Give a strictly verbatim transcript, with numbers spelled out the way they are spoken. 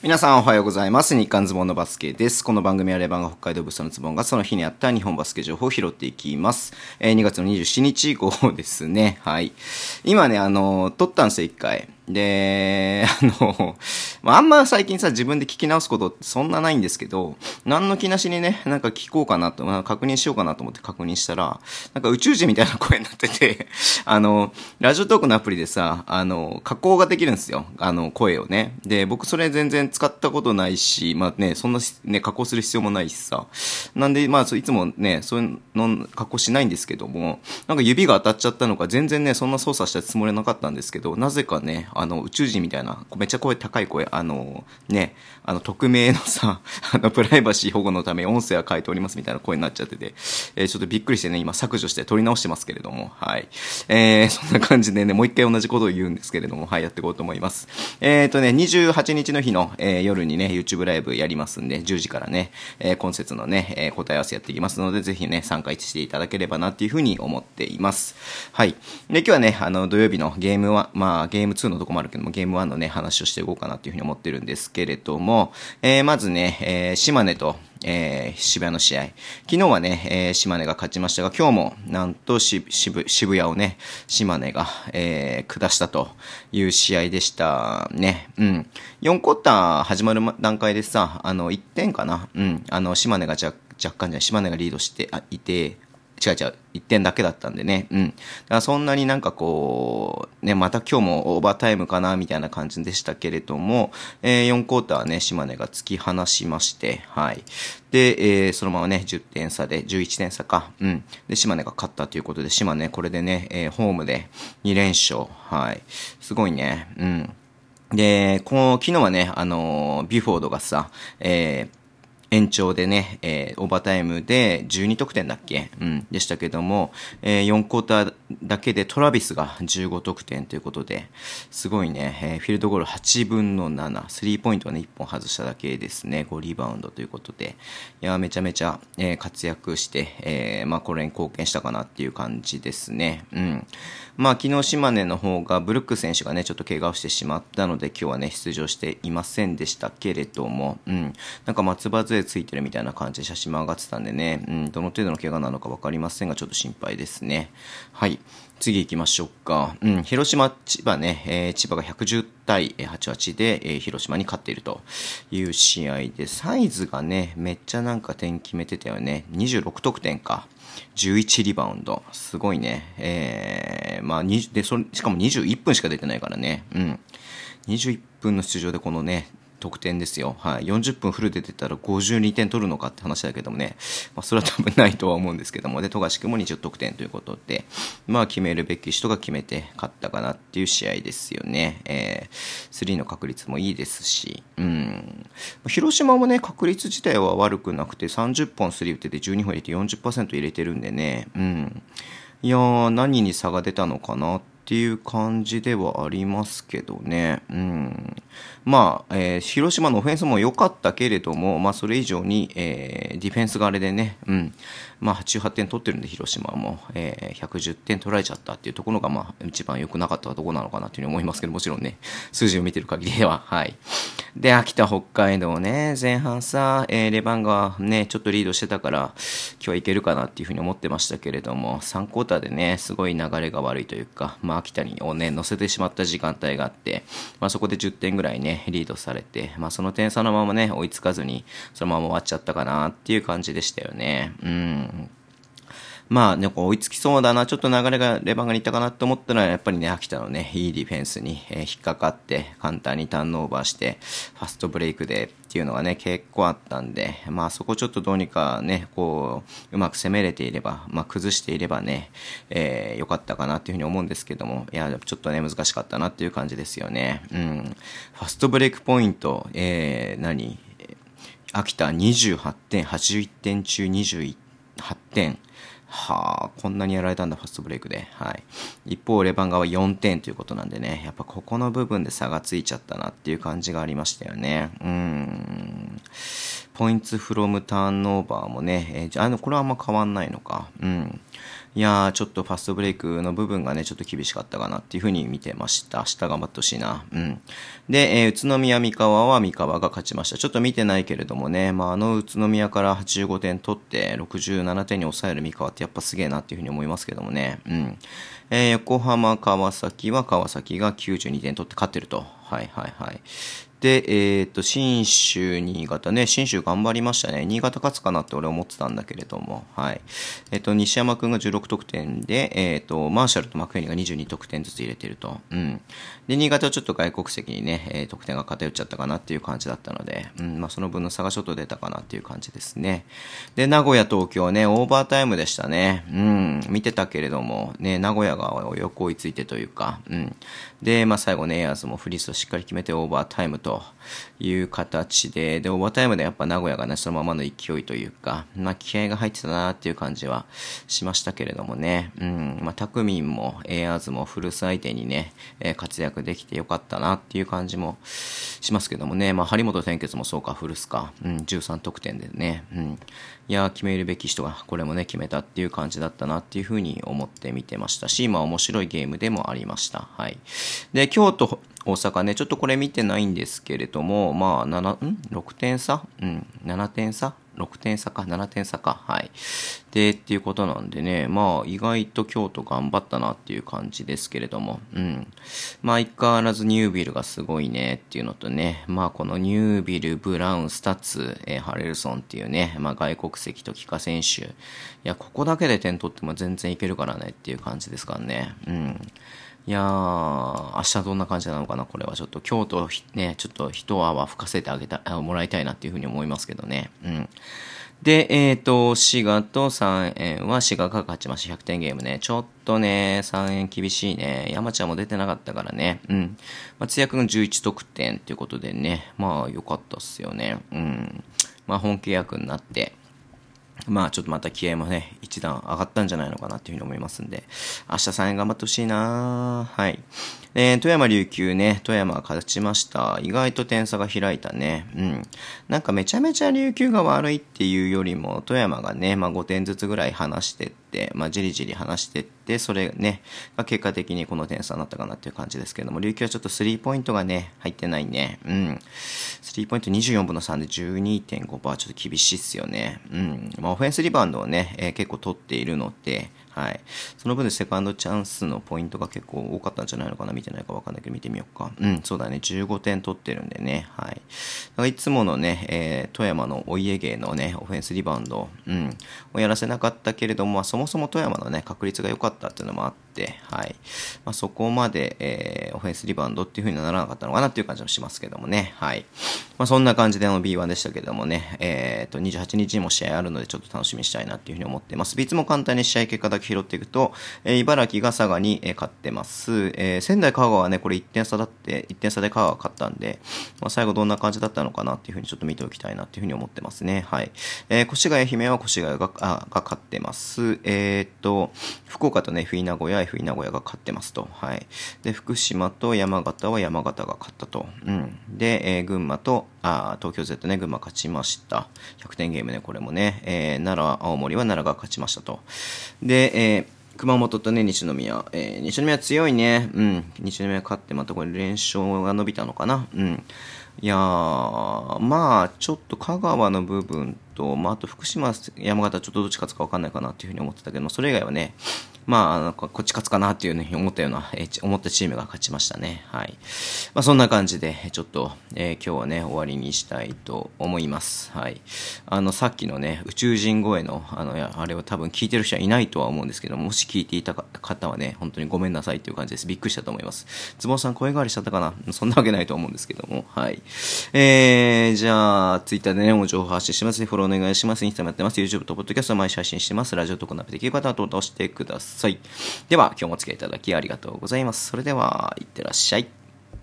皆さんおはようございます。日刊ズボンのバスケです。この番組はレバンが北海道ブースターのズボンがその日にあった日本バスケ情報を拾っていきます。えー、にがつのにじゅうしちにち号ですね。はい。今ね、あの、撮ったんですよ、一回。で、あの、まあ、あんま最近さ、自分で聞き直すことってそんなないんですけど、何の気なしにね、なんか聞こうかなと、まあ、確認しようかなと思って確認したら、なんか宇宙人みたいな声になってて、あの、ラジオトークのアプリでさ、あの、加工ができるんですよ。あの、声をね。で、僕それ全然使ったことないし、まあね、そんなね、加工する必要もないしさ。なんで、まあ、いつもね、そういうの加工しないんですけども、なんか指が当たっちゃったのか、全然ね、そんな操作したつもりはなかったんですけど、なぜかね、あの、宇宙人みたいな、めっちゃ声高い声、あの、ね、あの、匿名のさ、あの、プライバシー保護のため音声は変えておりますみたいな声になっちゃってて、えー、ちょっとびっくりしてね、今削除して撮り直してますけれども、はい。えー、そんな感じでね、もう一回同じことを言うんですけれども、はい、やっていこうと思います。えーとね、にじゅうはちにちの日の、えー、夜にね、YouTube ライブやりますんで、じゅうじからね、えー、今節のね、えー、答え合わせやっていきますので、ぜひね、参加していただければなっていうふうに思っています。はい。で、今日はね、あの、土曜日のゲームワン、まあ、ゲームツーのとこもあるけども、ゲームワンのね、話をしていこうかなっていうふうに思ってるんですけれども、えー、まずね、えー、島根と、えー、渋谷の試合。昨日はね、えー、島根が勝ちましたが、今日もなんと渋渋谷をね、島根が、えー、下したという試合でしたね。うん。よんクォーター始まる段階でさ、あの、いってんかな。うん。あの、島根が若若干じゃない、島根がリードしてあいて、違う違う、いってんだけだったんでね。うん。だからそんなになんかこう、ね、また今日もオーバータイムかな、みたいな感じでしたけれども、えー、よんクォーターね、島根が突き放しまして、はい。で、えー、そのままね、じゅってん差で、じゅういってん差か。うん。で、島根が勝ったということで、島根、これでね、えー、ホームでにれんしょう。はい。すごいね。うん。で、この、昨日はね、あのー、ビュフォードがさ、えー、延長でね、えー、オーバータイムでじゅうにとくてんだっけうん、でしたけども、えー、よんクォーターだけでトラビスがじゅうごとくてんということで、すごいね、えー、フィールドゴールはちぶんのなな、スリーポイントはね、いっぽん外しただけですね、ごリバウンドということで、いや、めちゃめちゃ、えー、活躍して、えー、まあ、これに貢献したかなっていう感じですね。うん。まあ、昨日島根の方が、ブルック選手がね、ちょっと怪我をしてしまったので、今日はね、出場していませんでしたけれども、うん。なんか松葉杖ついてるみたいな感じで写真も上がってたんでね、うん、どの程度の怪我なのか分かりませんが、ちょっと心配ですね。はい。次行きましょうか。うん、広島、千葉ね、えー、千葉がひゃくじゅうたいはちじゅうはちで、えー、広島に勝っているという試合で、サイズがね、めっちゃなんか点決めてたよね。にじゅうろくとくてんか。じゅういちリバウンド。すごいね。えー、まあ、で、それ、しかもにじゅういっぷんしか出てないからね。うん。にじゅういっぷんの出場でこのね、得点ですよ。はい。よんじゅっぷんフルで出てたらごじゅうにてん取るのかって話だけどもね。まあ、それは多分ないとは思うんですけども。で、富樫君もにじゅうとくてんということで、まあ、決めるべき人が決めて勝ったかなっていう試合ですよね。えー、スリーの確率もいいですし、うん。広島もね、確率自体は悪くなくて、さんじゅっぽんスリー打っててじゅうにほん入れて よんじゅっパーセント 入れてるんでね。うん。いやー、何に差が出たのかなっていう感じではありますけどね。うん。まあ、えー、広島のオフェンスも良かったけれども、まあ、それ以上に、えー、ディフェンスがあれでね、うん。まあ、はちじゅうはってん取ってるんで、広島も、えー、ひゃくじゅってん取られちゃったっていうところが、まあ、一番良くなかったところなのかなというふうに思いますけど、もちろんね、数字を見てる限りでは、はい。で、秋田、北海道ね、前半さ、えー、レバンがね、ちょっとリードしてたから、今日はいけるかなっていうふうに思ってましたけれども、さんクォーターでね、すごい流れが悪いというか、まあ、秋田にをね、乗せてしまった時間帯があって、まあ、そこでじゅってんぐらいね、リードされて、まあ、その点差のままね、追いつかずに、そのまま終わっちゃったかなっていう感じでしたよね。うん。まあ、なんか追いつきそうだな、ちょっと流れがレバンガに行ったかなと思ったら、やっぱりね、秋田のね、いいディフェンスに、えー、引っかかって、簡単にターンオーバーして、ファストブレイクでっていうのがね、結構あったんで、まあそこちょっとどうにかね、こう、うまく攻めれていれば、まあ崩していればね、えー、よかったかなっていうふうに思うんですけども、いや、ちょっとね、難しかったなっていう感じですよね。うん。ファストブレイクポイント、えー、何秋田にじゅうはってん、はちじゅういってん中にじゅうはってん。はあ、こんなにやられたんだ、ファストブレイクで。はい。一方、レバンガはよんてんということなんでね、やっぱここの部分で差がついちゃったなっていう感じがありましたよね。うーん。 ポインツフロムターンオーバーもね、えー、あの、これはあんま変わんないのか。うん。いやー、ちょっとファストブレイクの部分がね、ちょっと厳しかったかなっていうふうに見てました。明日頑張ってほしいな。うん。で、えー、宇都宮三河は三河が勝ちました。ちょっと見てないけれどもね、まあ、あの宇都宮からはちじゅうごてん取ってろくじゅうななてんに抑える三河ってやっぱすげえなっていうふうに思いますけどもね。うん。えー、横浜、川崎は川崎がきゅうじゅうにてん取って勝ってると。はいはいはい。で、えっ、ー、と、新州、新潟ね、新州頑張りましたね。新潟勝つかなって俺思ってたんだけれども、はい。えっ、ー、と、西山くんがじゅうろくとくてんで、えっ、ー、と、マーシャルとマクフェニーがにじゅうにとくてんずつ入れてると。うん。で、新潟はちょっと外国籍にね、えー、得点が偏っちゃったかなっていう感じだったので、うん、まあその分の差がちょっと出たかなっていう感じですね。で、名古屋、東京ね、オーバータイムでしたね。うん、見てたけれども、ね、名古屋がよく追いついてというか、うん。で、まあ最後ね、エアーズもフリースをしっかり決めてオーバータイムという形で、で、オーバータイムでやっぱ名古屋がね、そのままの勢いというか、まあ気合が入ってたなっていう感じはしましたけれどもね、うん、まあタクミンもエアーズもフルス相手にね、えー、活躍できてよかったなっていう感じもしますけどもね、まあ張本天傑もそうか、フルスか、うん、じゅうさんとくてんでね、うん、いや、決めるべき人がこれもね、決めたっていう感じだったなっていうふうに思って見てましたし、まあ面白いゲームでもありました。はい。で、京都、大阪ね、ちょっとこれ見てないんですけれども、まあ、なな、ん ?ろく 点差うん、ななてん差 ?ろく 点差か、ななてん差か。はい。で、っていうことなんでね、まあ、意外と京都頑張ったなっていう感じですけれども、うん。まあ、相変わらずニュービルがすごいねっていうのとね、まあ、このニュービル、ブラウン、スタッツ、えー、ハレルソンっていうね、まあ、外国籍と帰化選手。いや、ここだけで点取っても全然いけるからねっていう感じですからね。うん。いやー、明日どんな感じなのかな、これはちょっと京都ね、ちょっと一泡吹かせてあげた、もらいたいなっていうふうに思いますけどね。うん。で、えっ、ー、と、滋賀とさんえんは滋賀が勝ちました。ひゃくてんゲームね。ちょっとね、さんえん厳しいね。山ちゃんも出てなかったからね。うん。まあ、津屋くんじゅういちとくてんっていうことでね。まあ、良かったっすよね。うん。まあ、本契約になって、まあちょっとまた気合もね、一段上がったんじゃないのかなっていうふうに思いますんで、明日さんえん頑張ってほしいなはい。えー、富山琉球ね、富山勝ちました。意外と点差が開いたね。うん。なんかめちゃめちゃ琉球が悪いっていうよりも、富山がね、まあごてんずつぐらい離してって、まあじりじり離してって、それね、が結果的にこの点差になったかなっていう感じですけども、琉球はちょっとスリーポイントがね、入ってないね。うん。スリーポイントにじゅうよんぶんのさんで じゅうにてんごパーセント ちょっと厳しいっすよね。うん。まあオフェンスリバウンドをね、えー、結構取っているので、はい。その分でセカンドチャンスのポイントが結構多かったんじゃないのかな。見てないか分かんないけど見てみようか。うん、そうだね。じゅうごてん取ってるんでね。はい。だからいつものね、えー、富山のお家芸のね、オフェンスリバウンド、うん、をやらせなかったけれども、まあ、そもそも富山のね、確率が良かったっていうのもあって、はい。まあ、そこまで、えー、オフェンスリバウンドっていう風にならなかったのかなっていう感じもしますけどもね。はい。まあ、そんな感じでの ビーワン でしたけれどもね、えーと、にじゅうはちにちにも試合あるので、ちょっと楽しみにしたいなっていう風に思ってます。いつも簡単に試合結果だけ拾っていくと、えー、茨城が佐賀に、えー、勝ってます。えー、仙台香川はね、これいってん差だって、いってん差で香川が勝ったんで、まあ、最後どんな感じだったのかなっていう風にちょっと見ておきたいなっていう風に思ってますね。はい。えー、越谷愛媛は越谷が、あ、が勝ってます。えーと、福岡とね、エフイー 名古屋、エフイー 名古屋が勝ってますと。はい。で、福島と山形は山形が勝ったと。うん。で、えー、群馬と、あ、東京 Z ね、群馬勝ちました。ひゃくてんゲームね、これもね、えー、奈良、青森は奈良が勝ちましたと。で、えー、熊本とね、西宮。えー、西宮強いね。うん。西宮勝って、またこれ連勝が伸びたのかな。うん。いやー、まあ、ちょっと香川の部分と、まあ、あと福島、山形、ちょっとどっち勝つか分かんないかなっていうふうに思ってたけども、それ以外はね、まあ、なんかこっち勝つかなっていうふうに思ったような、えー、思ったチームが勝ちましたね。はい。まあ、そんな感じで、ちょっと、えー、今日はね、終わりにしたいと思います。はい。あの、さっきのね、宇宙人声の、あの、あれを多分聞いてる人はいないとは思うんですけども、もし聞いていた方はね、本当にごめんなさいっていう感じです。びっくりしたと思います。ズボンさん声変わりしちゃったかな？そんなわけないと思うんですけども、はい。えー、じゃあ、ツイッターでね、もう情報発信します。フォローお願いします。インスタもやってます。YouTube とポッドキャストを毎週配信してます。ラジオとコナペできる方は登録してください。では、今日もお付き合いいただきありがとうございます。それでは、いってらっしゃい。